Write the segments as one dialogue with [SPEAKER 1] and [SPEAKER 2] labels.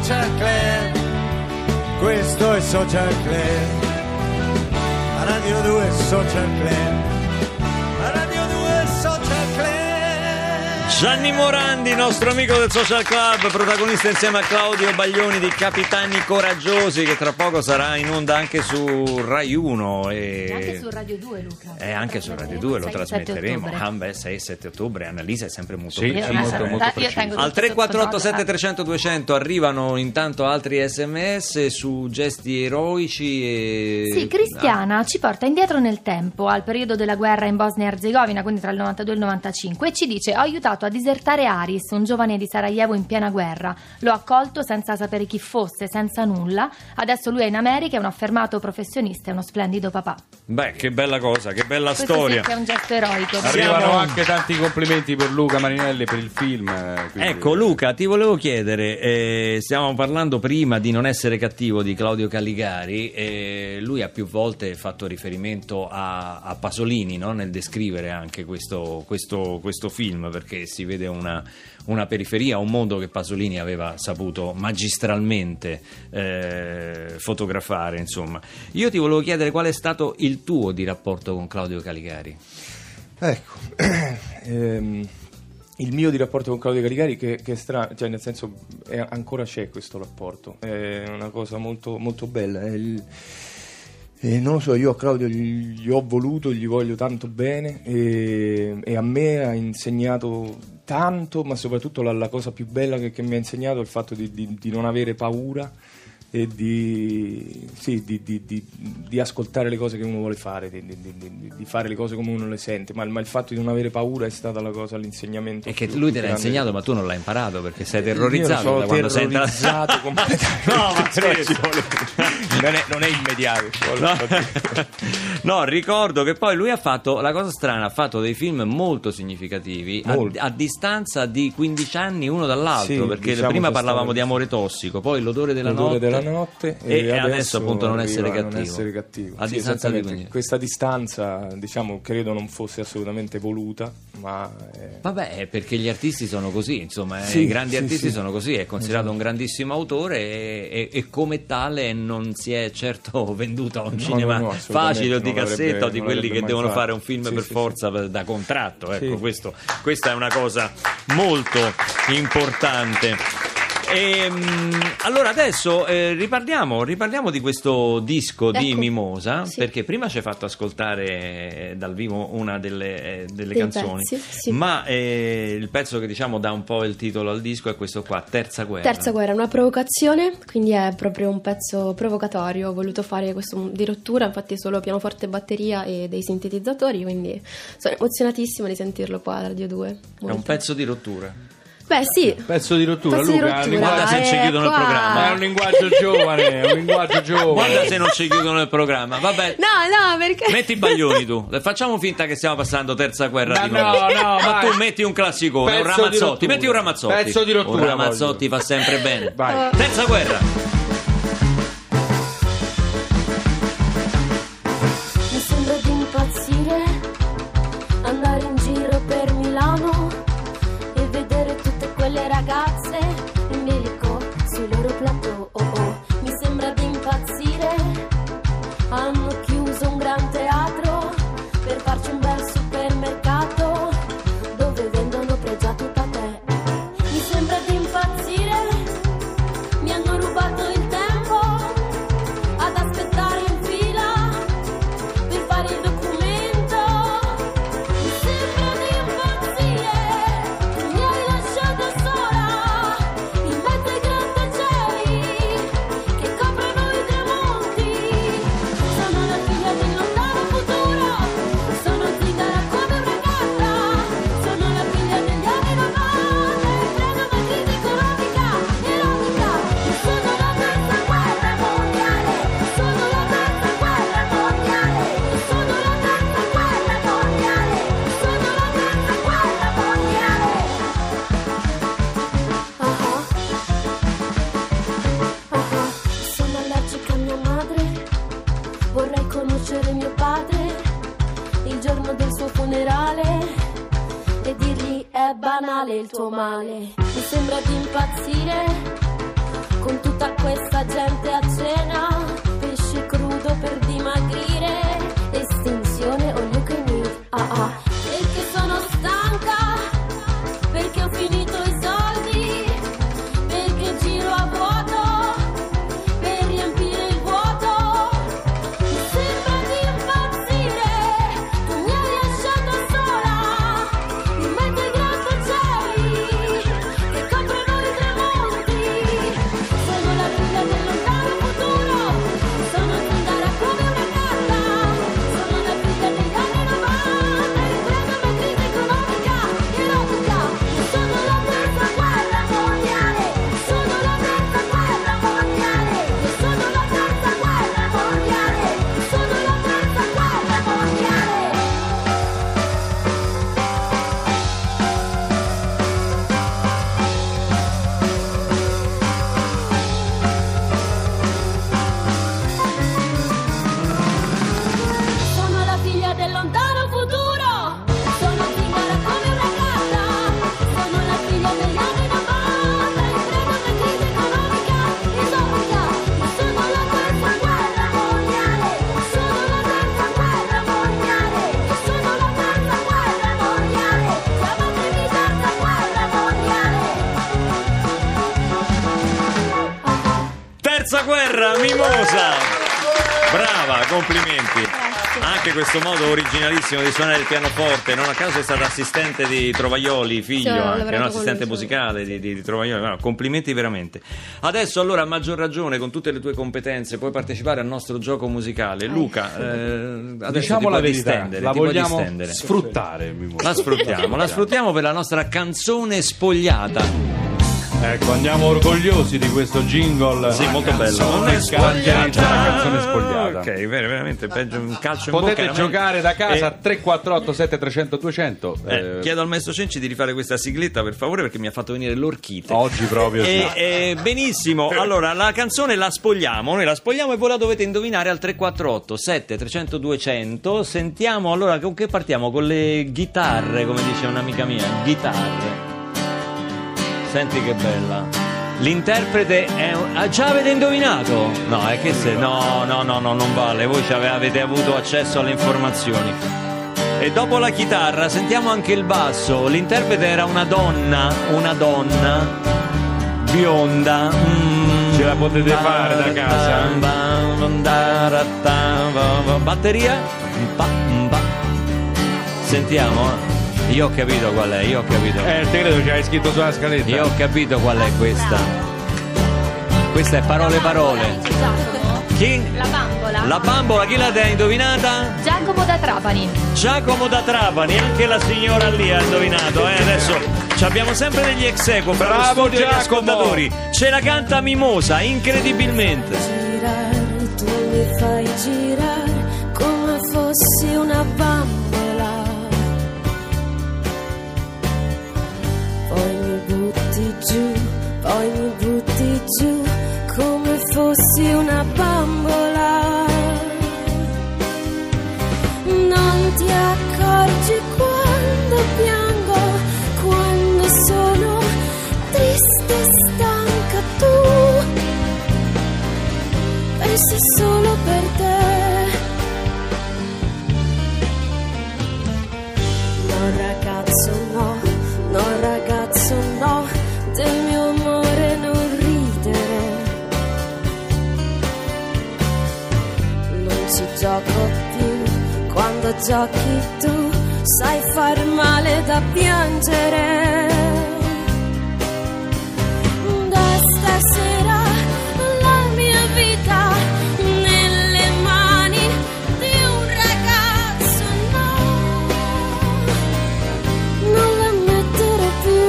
[SPEAKER 1] Social Club, questo è Social Club, Radio 2 Social Club, Radio 2 Social Club.
[SPEAKER 2] Gianni Morandi, nostro amico del Social Club, protagonista insieme a Claudio Baglioni di Capitani Coraggiosi, che tra poco sarà in onda anche su Rai 1
[SPEAKER 3] e anche su Radio 2, Luca.
[SPEAKER 2] E anche su Radio 2 lo trasmetteremo. 6 e 7 ottobre. Annalisa è sempre molto precisa.
[SPEAKER 3] Molto precisa.
[SPEAKER 2] Al 348 7300 200 arrivano intanto altri SMS su gesti eroici e...
[SPEAKER 3] Sì, Cristiana ci porta indietro nel tempo, al periodo della guerra in Bosnia e Erzegovina, quindi tra il 92 e il 95, e ci dice: ho aiutato a disertare Aris, un giovane di Sarajevo in piena guerra. L'ho accolto senza sapere chi fosse, senza nulla. Adesso lui è in America, è un affermato professionista e uno splendido papà.
[SPEAKER 2] Beh, che bella cosa, che bella
[SPEAKER 3] Questo
[SPEAKER 2] storia.
[SPEAKER 3] Sì che è un gesto eroico.
[SPEAKER 4] Arrivano anche tanti complimenti per Luca Marinelli per il film. Quindi...
[SPEAKER 2] Ecco Luca, ti volevo chiedere, stiamo parlando prima di Non essere cattivo di Claudio Caligari, lui ha più volte fatto riferimento a Pasolini, no? Nel descrivere anche questo film, perché si vede una periferia, un mondo che Pasolini aveva saputo magistralmente fotografare, insomma. Io ti volevo chiedere qual è stato il tuo di rapporto con Claudio Caligari.
[SPEAKER 4] Ecco, il mio di rapporto con Claudio Caligari che è strano, cioè nel senso ancora c'è questo rapporto, è una cosa molto, molto bella. Non lo so, io a Claudio gli ho voluto, gli voglio tanto bene e a me ha insegnato tanto, ma soprattutto la cosa più bella che mi ha insegnato è il fatto di non avere paura e di ascoltare le cose che uno vuole fare, di fare le cose come uno le sente, ma il fatto di non avere paura è stata la cosa, l'insegnamento.
[SPEAKER 2] E che lui te l'ha insegnato, ma tu non l'hai imparato perché sei terrorizzato da quando sei
[SPEAKER 4] terrorizzato completamente.
[SPEAKER 2] No, ma
[SPEAKER 4] non è immediato.
[SPEAKER 2] No, ricordo che poi lui ha fatto la cosa strana, ha fatto dei film molto significativi a distanza di 15 anni uno dall'altro, perché diciamo prima parlavamo di Amore tossico, poi L'odore della notte
[SPEAKER 4] e
[SPEAKER 2] adesso appunto Non essere
[SPEAKER 4] cattivo.
[SPEAKER 2] A distanza di
[SPEAKER 4] questa distanza, diciamo, credo non fosse assolutamente voluta, ma
[SPEAKER 2] vabbè, perché gli artisti sono così, insomma, i grandi artisti sono così, è considerato un grandissimo autore e come tale non si è certo venduto a un cinema facile o di cassetta o di quelli che devono fare un film per forza da contratto, ecco, questa è una cosa molto importante. Allora adesso riparliamo di questo disco di Mimosa, perché prima ci hai fatto ascoltare dal vivo una delle canzoni, ma il pezzo che diciamo dà un po' il titolo al disco è questo qua, Terza Guerra.
[SPEAKER 5] Terza Guerra è una provocazione, quindi è proprio un pezzo provocatorio. Ho voluto fare questo di rottura, infatti solo pianoforte e batteria e dei sintetizzatori, quindi sono emozionatissima di sentirlo qua a Radio 2. Molto.
[SPEAKER 2] È un pezzo di rottura.
[SPEAKER 5] Beh, sì.
[SPEAKER 4] Pezzo di rottura,
[SPEAKER 5] Luca.
[SPEAKER 2] Guarda se ci chiudono il programma.
[SPEAKER 4] È un linguaggio giovane,
[SPEAKER 2] Guarda se non ci chiudono il programma. Vabbè.
[SPEAKER 5] No, perché?
[SPEAKER 2] Metti i Baglioni tu. Facciamo finta che stiamo passando Terza Guerra di nuovo. Ma tu metti un classicone, un Ramazzotti. Metti un Ramazzotti.
[SPEAKER 4] Pezzo di rottura.
[SPEAKER 2] Un Ramazzotti fa sempre bene.
[SPEAKER 4] Vai.
[SPEAKER 2] Terza Guerra.
[SPEAKER 6] Mi sembra di impazzire, andare in giro per Milano e vedere tutte quelle ragazze in bilico sui loro plateau. Mi sembra di impazzire, hanno chiuso un gran teatro per farci un bel supermercato dove vendono pregiato patè. Mi sembra di impazzire, mi hanno rubato il tempo ad aspettare in fila per fare il documento. Mi sembra di impazzire, mi hai lasciata sola in mezzo ai grattacieli che coprono i tramonti. Sono la figlia del lontano futuro, sono zingara come una gatta, sono la figlia degli anni 90 in piena una crisi economica ironica. Sono la terza guerra mondiale, sono la terza guerra mondiale, sono la terza guerra mondiale, sono la terza guerra mondiale. Sono allergica a mia madre, vorrei conoscere mio padre il giorno del suo funerale e dirgli è banale il tuo male. Mi sembra di impazzire, con tutta questa gente a cena, pesce crudo per dimagrire, estinzione all you can eat. Perché sono stanca, perché ho finito i soldi, perché giro a vuoto per riempire il vuoto. Mi sembra di impazzire, tu mi hai lasciato sola in mezzo ai grattacieli che coprono i tramonti. Sono la figlia del lontano futuro, sono Zendara come una carta, sono la figlia degli anni 90, in grado una crisi economica e erotica. Sono la terza guerra mondiale, sono la terza guerra mondiale, sono la terza guerra mondiale, sono la terza guerra mondiale. Sono la figlia del lontano futuro, sono zingara come una carta, sono la figlia degli anni 90, in preda alla crisi economica isomica. Sono la terza guerra mondiale, sono la terza guerra mondiale, sono la terza guerra mondiale, chiamatemi terza guerra mondiale.
[SPEAKER 2] Terza guerra, Mimosa! Brava, complimenti. Anche questo modo originalissimo di suonare il pianoforte, non a caso è stata assistente di Trovaioli, figlio,
[SPEAKER 5] Sì, ho
[SPEAKER 2] anche,
[SPEAKER 5] lavorato
[SPEAKER 2] no?
[SPEAKER 5] con
[SPEAKER 2] Assistente
[SPEAKER 5] lui,
[SPEAKER 2] musicale di Trovaioli. No, complimenti veramente. Adesso allora a maggior ragione, con tutte le tue competenze, puoi partecipare al nostro gioco musicale. Luca, adesso
[SPEAKER 7] Diciamo
[SPEAKER 2] ti
[SPEAKER 7] la
[SPEAKER 2] puoi
[SPEAKER 7] verità,
[SPEAKER 2] distendere,
[SPEAKER 7] la
[SPEAKER 2] ti puoi
[SPEAKER 7] vogliamo
[SPEAKER 2] distendere.
[SPEAKER 7] sfruttare.
[SPEAKER 2] La sfruttiamo per la nostra canzone spogliata.
[SPEAKER 7] Ecco, andiamo orgogliosi di questo jingle.
[SPEAKER 2] Sì, molto bello.
[SPEAKER 7] Non è caratterizza la canzone spogliata.
[SPEAKER 2] Ok, veramente peggio un calcio in bocca.
[SPEAKER 7] Potete giocare da casa 348 7300 200.
[SPEAKER 2] Chiedo al maestro Cenci di rifare questa sigletta per favore, perché mi ha fatto venire l'orchite.
[SPEAKER 7] Oggi proprio sì.
[SPEAKER 2] Benissimo, allora la canzone la spogliamo, noi la spogliamo e voi la dovete indovinare al 348 7300 200. Sentiamo allora con che partiamo, con le chitarre, come dice un'amica mia, chitarre. Senti che bella. L'interprete è già avete indovinato? No, è che se no, non vale. Voi avete avuto accesso alle informazioni. E dopo la chitarra sentiamo anche il basso. L'interprete era una donna bionda.
[SPEAKER 7] Ce la potete fare da casa.
[SPEAKER 2] Batteria? Sentiamo. Io ho capito qual è,
[SPEAKER 7] Te credo che hai scritto sulla scaletta.
[SPEAKER 2] Io ho capito qual è questa. Questa è Parole. Chi?
[SPEAKER 3] La bambola.
[SPEAKER 2] La bambola, chi l'ha indovinata?
[SPEAKER 3] Giacomo da Trapani.
[SPEAKER 2] Giacomo da Trapani, anche la signora lì ha indovinato, Adesso abbiamo sempre degli ex equo per lo studio degli ascoltatori. Ce la canta Mimosa, incredibilmente.
[SPEAKER 6] Girare, tu mi fai girare come fossi una bambola. Poi mi butti giù come fossi una bambola. Non ti accorgi quando piango, quando sono triste e stanca. Tu pensi solo per te. No ragazzo no, del mio amore non ridere. Non ci gioco più, quando giochi tu sai far male da piangere. Da stasera la mia vita nelle mani di un ragazzo, non la metterò più.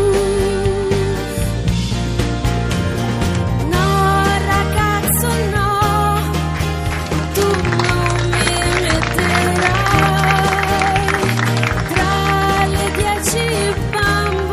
[SPEAKER 6] No ragazzo no, tu non mi metterai tra le 10 bambole.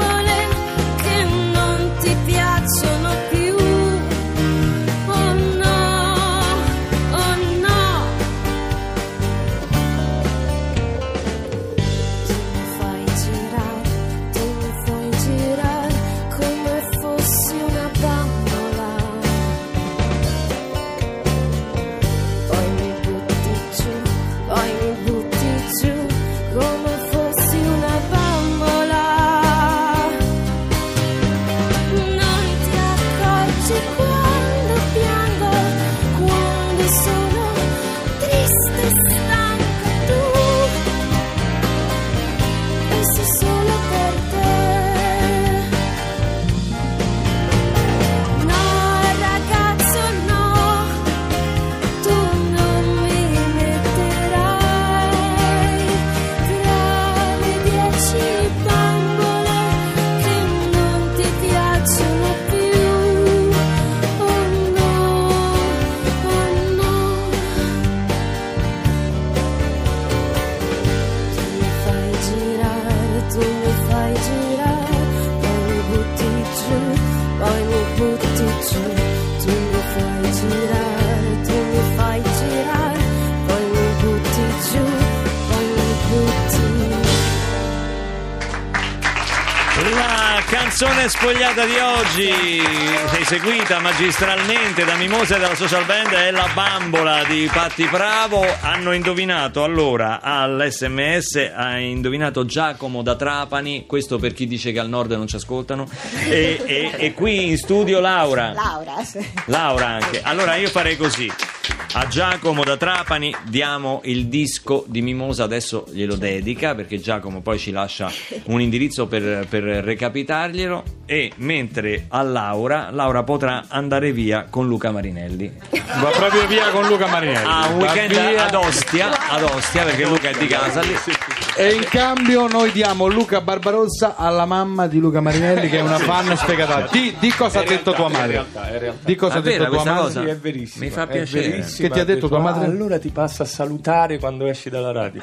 [SPEAKER 2] canzone spogliata di oggi, eseguita magistralmente da Mimosa e dalla social band, è La Bambola di Patti Bravo. Hanno indovinato allora all'SMS, ha indovinato Giacomo da Trapani, questo per chi dice che al nord non ci ascoltano, e qui in studio Laura. Laura anche. Allora io farei così. A Giacomo da Trapani diamo il disco di Mimosa, adesso glielo dedica perché Giacomo poi ci lascia un indirizzo per recapitarglielo, e mentre a Laura potrà andare via con Luca Marinelli.
[SPEAKER 7] Va proprio via con Luca Marinelli.
[SPEAKER 2] Un weekend ad Ostia perché Luca è di casa lì.
[SPEAKER 7] E in cambio noi diamo Luca Barbarossa alla mamma di Luca Marinelli, che è una fan sfegatata. Di cosa ha detto tua madre? Di cosa ha detto tua madre?
[SPEAKER 4] Sì, è verissimo.
[SPEAKER 2] Mi fa piacere.
[SPEAKER 7] Che ti ha detto tua madre?
[SPEAKER 4] Allora ti passa a salutare quando esci dalla radio.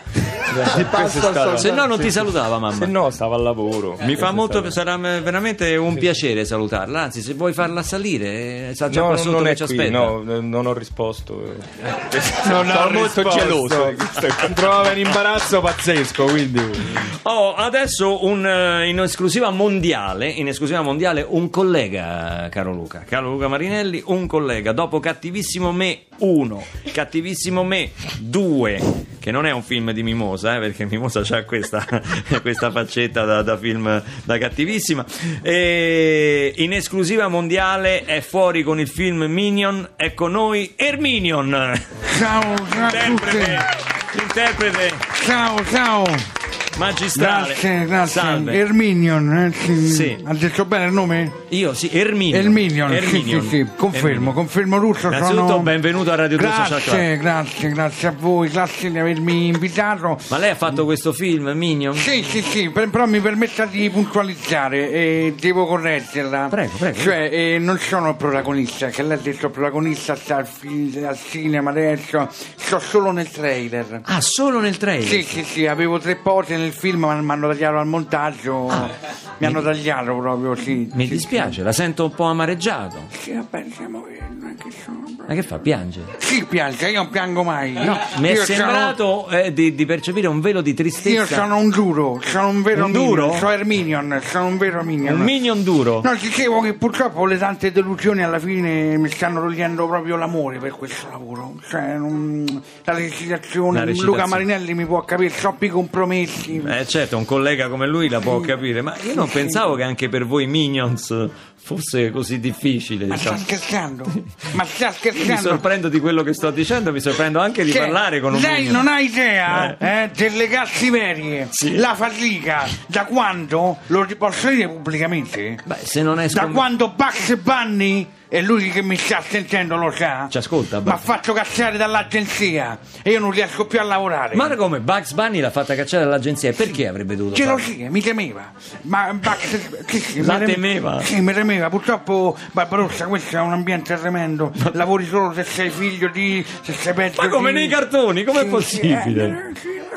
[SPEAKER 2] Se no non ti salutava mamma.
[SPEAKER 4] Se no stava al lavoro.
[SPEAKER 2] Mi fa molto, sarà veramente un piacere salutarla. Anzi, se vuoi farla salire, sa già qua sotto che ci aspetta.
[SPEAKER 4] No, non ho risposto.
[SPEAKER 7] Non
[SPEAKER 4] sono molto geloso.
[SPEAKER 7] Mi trovava in imbarazzo pazzesco, quindi.
[SPEAKER 2] Adesso in esclusiva mondiale, un collega, caro Luca Marinelli, un collega. Dopo Cattivissimo Me 1, Cattivissimo Me 2, che non è un film di Mimosa, perché Mimosa c'ha questa faccetta da film da cattivissima, e in esclusiva mondiale è fuori con il film Minion. È con noi Erminion.
[SPEAKER 8] Ciao a tutti.
[SPEAKER 2] Interprete.
[SPEAKER 8] Ciao.
[SPEAKER 2] Magistrale.
[SPEAKER 8] Grazie.
[SPEAKER 2] Salve.
[SPEAKER 8] Erminion,
[SPEAKER 2] sì.
[SPEAKER 8] Ha detto bene il nome?
[SPEAKER 2] Io sì, Erminion.
[SPEAKER 8] Sì. Confermo tutto.
[SPEAKER 2] Innanzitutto benvenuto a Radio 2 Social Club.
[SPEAKER 8] Grazie a voi, grazie di avermi invitato.
[SPEAKER 2] Ma lei ha fatto questo film, Minion?
[SPEAKER 8] Sì, però mi permetta di puntualizzare e devo correggerla.
[SPEAKER 2] Prego.
[SPEAKER 8] Cioè, non sono il protagonista, che lei ha detto il protagonista sta al cinema adesso, sto solo nel trailer.
[SPEAKER 2] Ah, solo nel trailer?
[SPEAKER 8] Sì, avevo 3 pose nel film, ma mi hanno tagliato al montaggio, mi hanno tagliato proprio, sì.
[SPEAKER 2] Mi dispiace, la sento un po' amareggiato.
[SPEAKER 8] Sì, vabbè, siamo non è che sono...
[SPEAKER 2] Ma che fa, piange?
[SPEAKER 8] Sì, piange, io non piango mai.
[SPEAKER 2] No, mi è sembrato di percepire un velo di tristezza.
[SPEAKER 8] Io sono un duro, sono un vero
[SPEAKER 2] duro?
[SPEAKER 8] Minion, sono Erminion, sono un vero Minion.
[SPEAKER 2] Un Minion duro?
[SPEAKER 8] No, dicevo che purtroppo le tante delusioni alla fine mi stanno togliendo proprio l'amore per questo lavoro. Cioè, la recitazione, Luca Marinelli mi può capire, troppi compromessi.
[SPEAKER 2] Certo, un collega come lui la può capire, ma io non pensavo che anche per voi Minions fosse così difficile.
[SPEAKER 8] Ma sta scherzando?
[SPEAKER 2] Mi sorprendo di quello che sto dicendo, mi sorprendo anche di parlare con un
[SPEAKER 8] Lei
[SPEAKER 2] Minion.
[SPEAKER 8] non ha idea delle cattiverie, la fatica, da quando, lo posso dire pubblicamente?
[SPEAKER 2] Beh, se non è
[SPEAKER 8] da quando Bugs Bunny, e lui che mi sta sentendo lo sa,
[SPEAKER 2] ci ascolta,
[SPEAKER 8] mi ha fatto cacciare dall'agenzia e io non riesco più a lavorare.
[SPEAKER 2] Ma come? Bugs Bunny l'ha fatta cacciare dall'agenzia, e perché avrebbe dovuto
[SPEAKER 8] gelosia, mi temeva. Ma Bugs
[SPEAKER 2] la temeva?
[SPEAKER 8] Sì, mi temeva. Purtroppo, Barbarossa, questo è un ambiente tremendo. Lavori solo se sei figlio di... se sei peggio.
[SPEAKER 2] Ma come nei cartoni, com'è
[SPEAKER 8] sì,
[SPEAKER 2] possibile?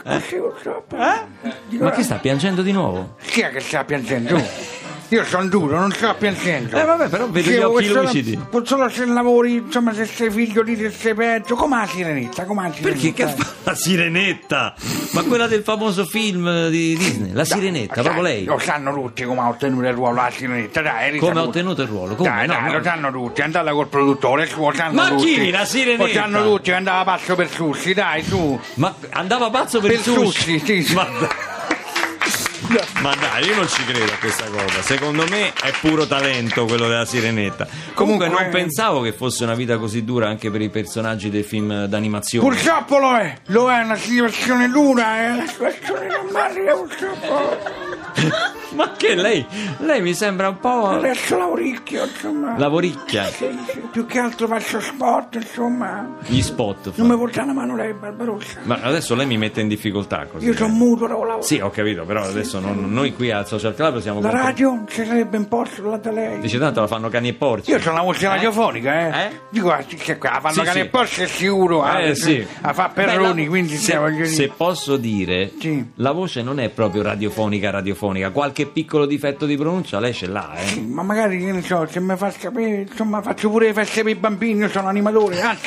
[SPEAKER 2] Ma che sta piangendo di nuovo?
[SPEAKER 8] Chi è che sta piangendo? Io sono duro, non sto piangendo.
[SPEAKER 2] Vabbè, però vedo gli occhi lucidi.
[SPEAKER 8] Solo se lavori, insomma, se sei figlio di, se sei peggio, come la sirenetta,
[SPEAKER 2] Perché che fa la sirenetta? Ma quella del famoso film di Disney, la sirenetta, proprio lei.
[SPEAKER 8] Lo sanno tutti come ha ottenuto il ruolo la sirenetta, dai.
[SPEAKER 2] Come ha ottenuto il ruolo? Come?
[SPEAKER 8] Dai, lo sanno tutti, è andata col produttore, lo sanno tutti.
[SPEAKER 2] Ma chi? La sirenetta?
[SPEAKER 8] Lo sanno tutti, andava pazzo per sushi, dai, su.
[SPEAKER 2] Ma andava pazzo per sushi?
[SPEAKER 8] Sì.
[SPEAKER 2] Ma dai, io non ci credo a questa cosa. Secondo me è puro talento quello della sirenetta. Comunque non pensavo che fosse una vita così dura anche per i personaggi dei film d'animazione.
[SPEAKER 8] Purtroppo lo è una situazione dura, è una situazione drammatica, purtroppo.
[SPEAKER 2] Ma che lei mi sembra un po'...
[SPEAKER 8] Adesso lavoricchio, insomma.
[SPEAKER 2] Lavoricchia?
[SPEAKER 8] Sì, più che altro faccio spot, insomma.
[SPEAKER 2] Gli spot?
[SPEAKER 8] Non mi porta una mano lei, Barbarossa.
[SPEAKER 2] Ma adesso lei mi mette in difficoltà così.
[SPEAKER 8] Io sono muto, lavoro.
[SPEAKER 2] Sì, ho capito, però adesso noi qui al Social Club siamo...
[SPEAKER 8] La radio ci sarebbe imposto là da lei.
[SPEAKER 2] Dice tanto la fanno cani e porci.
[SPEAKER 8] Io sono una voce radiofonica, Dico, che qua fanno cani e porci, è sicuro.
[SPEAKER 2] Sì.
[SPEAKER 8] A fa perroni, quindi
[SPEAKER 2] se posso dire,
[SPEAKER 8] sì.
[SPEAKER 2] La voce non è proprio radiofonica. Qualche piccolo difetto di pronuncia lei ce l'ha,
[SPEAKER 8] Sì, ma magari, che ne so, se mi fa sapere, insomma, faccio pure le feste per i bambini, io sono animatore, anzi...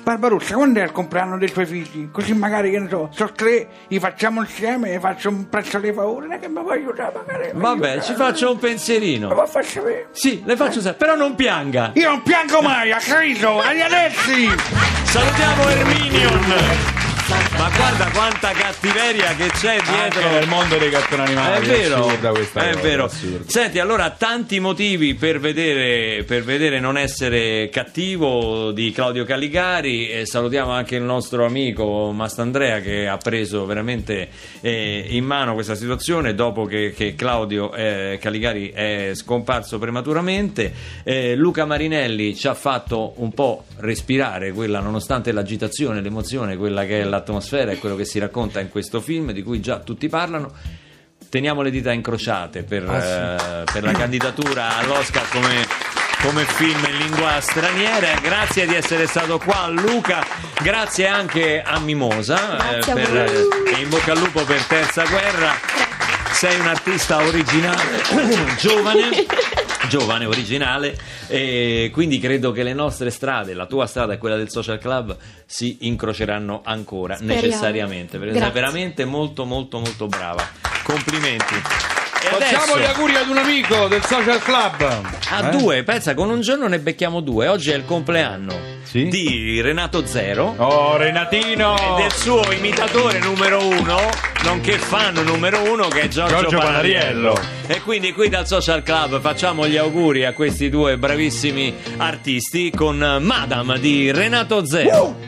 [SPEAKER 8] Barbarossa, quando è il compleanno dei tuoi figli? Così magari, che ne so, sono 3, li facciamo insieme e faccio un prezzo alle favore, non è che mi puoi aiutare magari.
[SPEAKER 2] Vabbè, ci faccio un pensierino.
[SPEAKER 8] Ma far sapere.
[SPEAKER 2] Sì, le faccio sapere, però non pianga.
[SPEAKER 8] Io non piango mai, ha capito? Arrivederci!
[SPEAKER 2] Salutiamo Erminion. Ma guarda quanta cattiveria che c'è dietro.
[SPEAKER 7] Anche nel mondo dei cartoni animati.
[SPEAKER 2] È vero,
[SPEAKER 7] assurda questa
[SPEAKER 2] è
[SPEAKER 7] cosa,
[SPEAKER 2] vero.
[SPEAKER 7] assurda.
[SPEAKER 2] Senti, allora, tanti motivi per vedere Non essere cattivo di Claudio Caligari. Salutiamo anche il nostro amico Mastandrea, che ha preso veramente in mano questa situazione dopo che Claudio Caligari è scomparso prematuramente. Luca Marinelli ci ha fatto un po' respirare quella, nonostante l'agitazione, l'emozione, quella che è l'atmosfera e quello che si racconta in questo film, di cui già tutti parlano. Teniamo le dita incrociate per la candidatura all'Oscar come film in lingua straniera. Grazie di essere stato qua, Luca. Grazie anche a Mimosa e in bocca al lupo per Terza Guerra. Sei un artista originale, giovane, originale, e quindi credo che le nostre strade, la tua strada e quella del Social Club, si incroceranno ancora. Speriamo. Necessariamente, perché sei veramente molto molto molto brava. Complimenti.
[SPEAKER 7] Facciamo gli auguri ad un amico del Social Club.
[SPEAKER 2] Due, pensa, con un giorno ne becchiamo due. Oggi è il compleanno di Renato Zero.
[SPEAKER 7] Oh, Renatino!
[SPEAKER 2] E del suo imitatore numero 1, nonché fan numero 1, che è Giorgio Panariello. E quindi qui dal Social Club facciamo gli auguri a questi due bravissimi artisti con Madame di Renato Zero.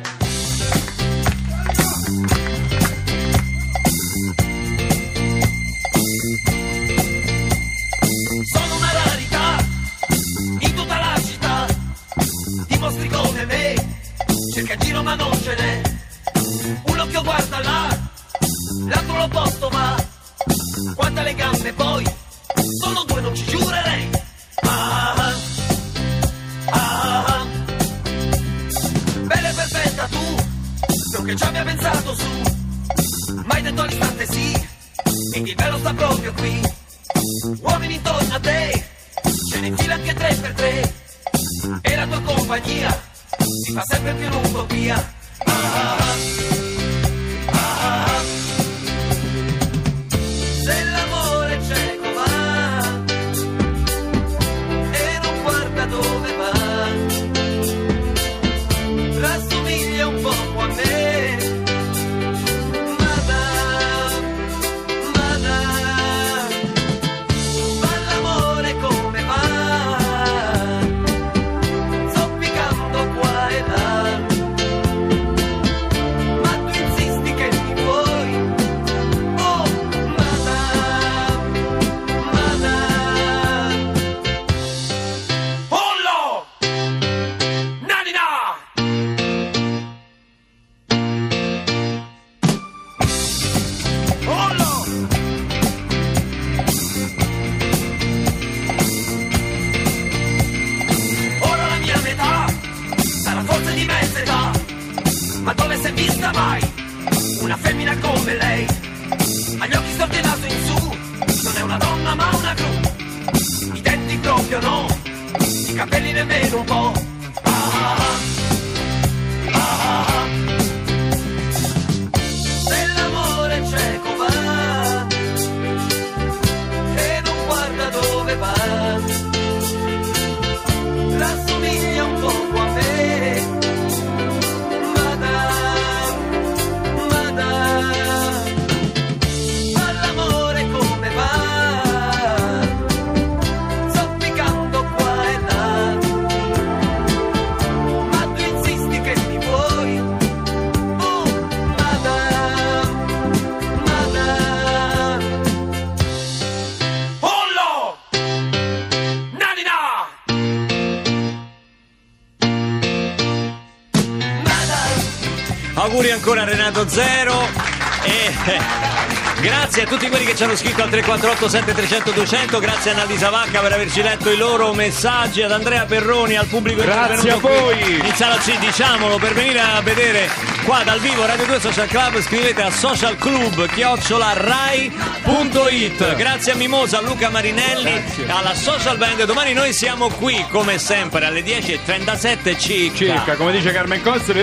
[SPEAKER 9] Cerca giro ma non ce n'è. Un occhio guarda là, l'altro l'opposto va. Guarda le gambe poi, sono due, non ci giurerei. Bella e perfetta tu, non che ci abbia pensato su. Mai detto all'istante sì, ed il bello sta proprio qui. Uomini intorno a te, ce ne infila anche 3x3. E la tua compagnia si fa sempre più lungo via. Se l'amore è cieco va e non guarda dove va, rassomiglia un poco a me. Ma l'amore come va? Ma dove si è vista mai una femmina come lei? Agli occhi storti e naso in su, non è una donna ma una gru. I denti proprio no, i capelli nemmeno un po'. Se l'amore è cieco va e non guarda dove va, rassomiglia un poco a me.
[SPEAKER 2] Auguri ancora a Renato Zero e grazie a tutti quelli che ci hanno scritto al 348 7300 200. Grazie a Annalisa Vacca per averci letto i loro messaggi, ad Andrea Perroni, al pubblico
[SPEAKER 7] grazie a voi
[SPEAKER 2] in sala C, diciamolo, per venire a vedere qua dal vivo Radio 2 Social Club. Scrivete a socialclub@rai.it. Grazie a Mimosa, a Luca Marinelli, alla Social Band. Domani noi siamo qui come sempre alle 10:37 circa,
[SPEAKER 7] come dice Carmen Cozzi.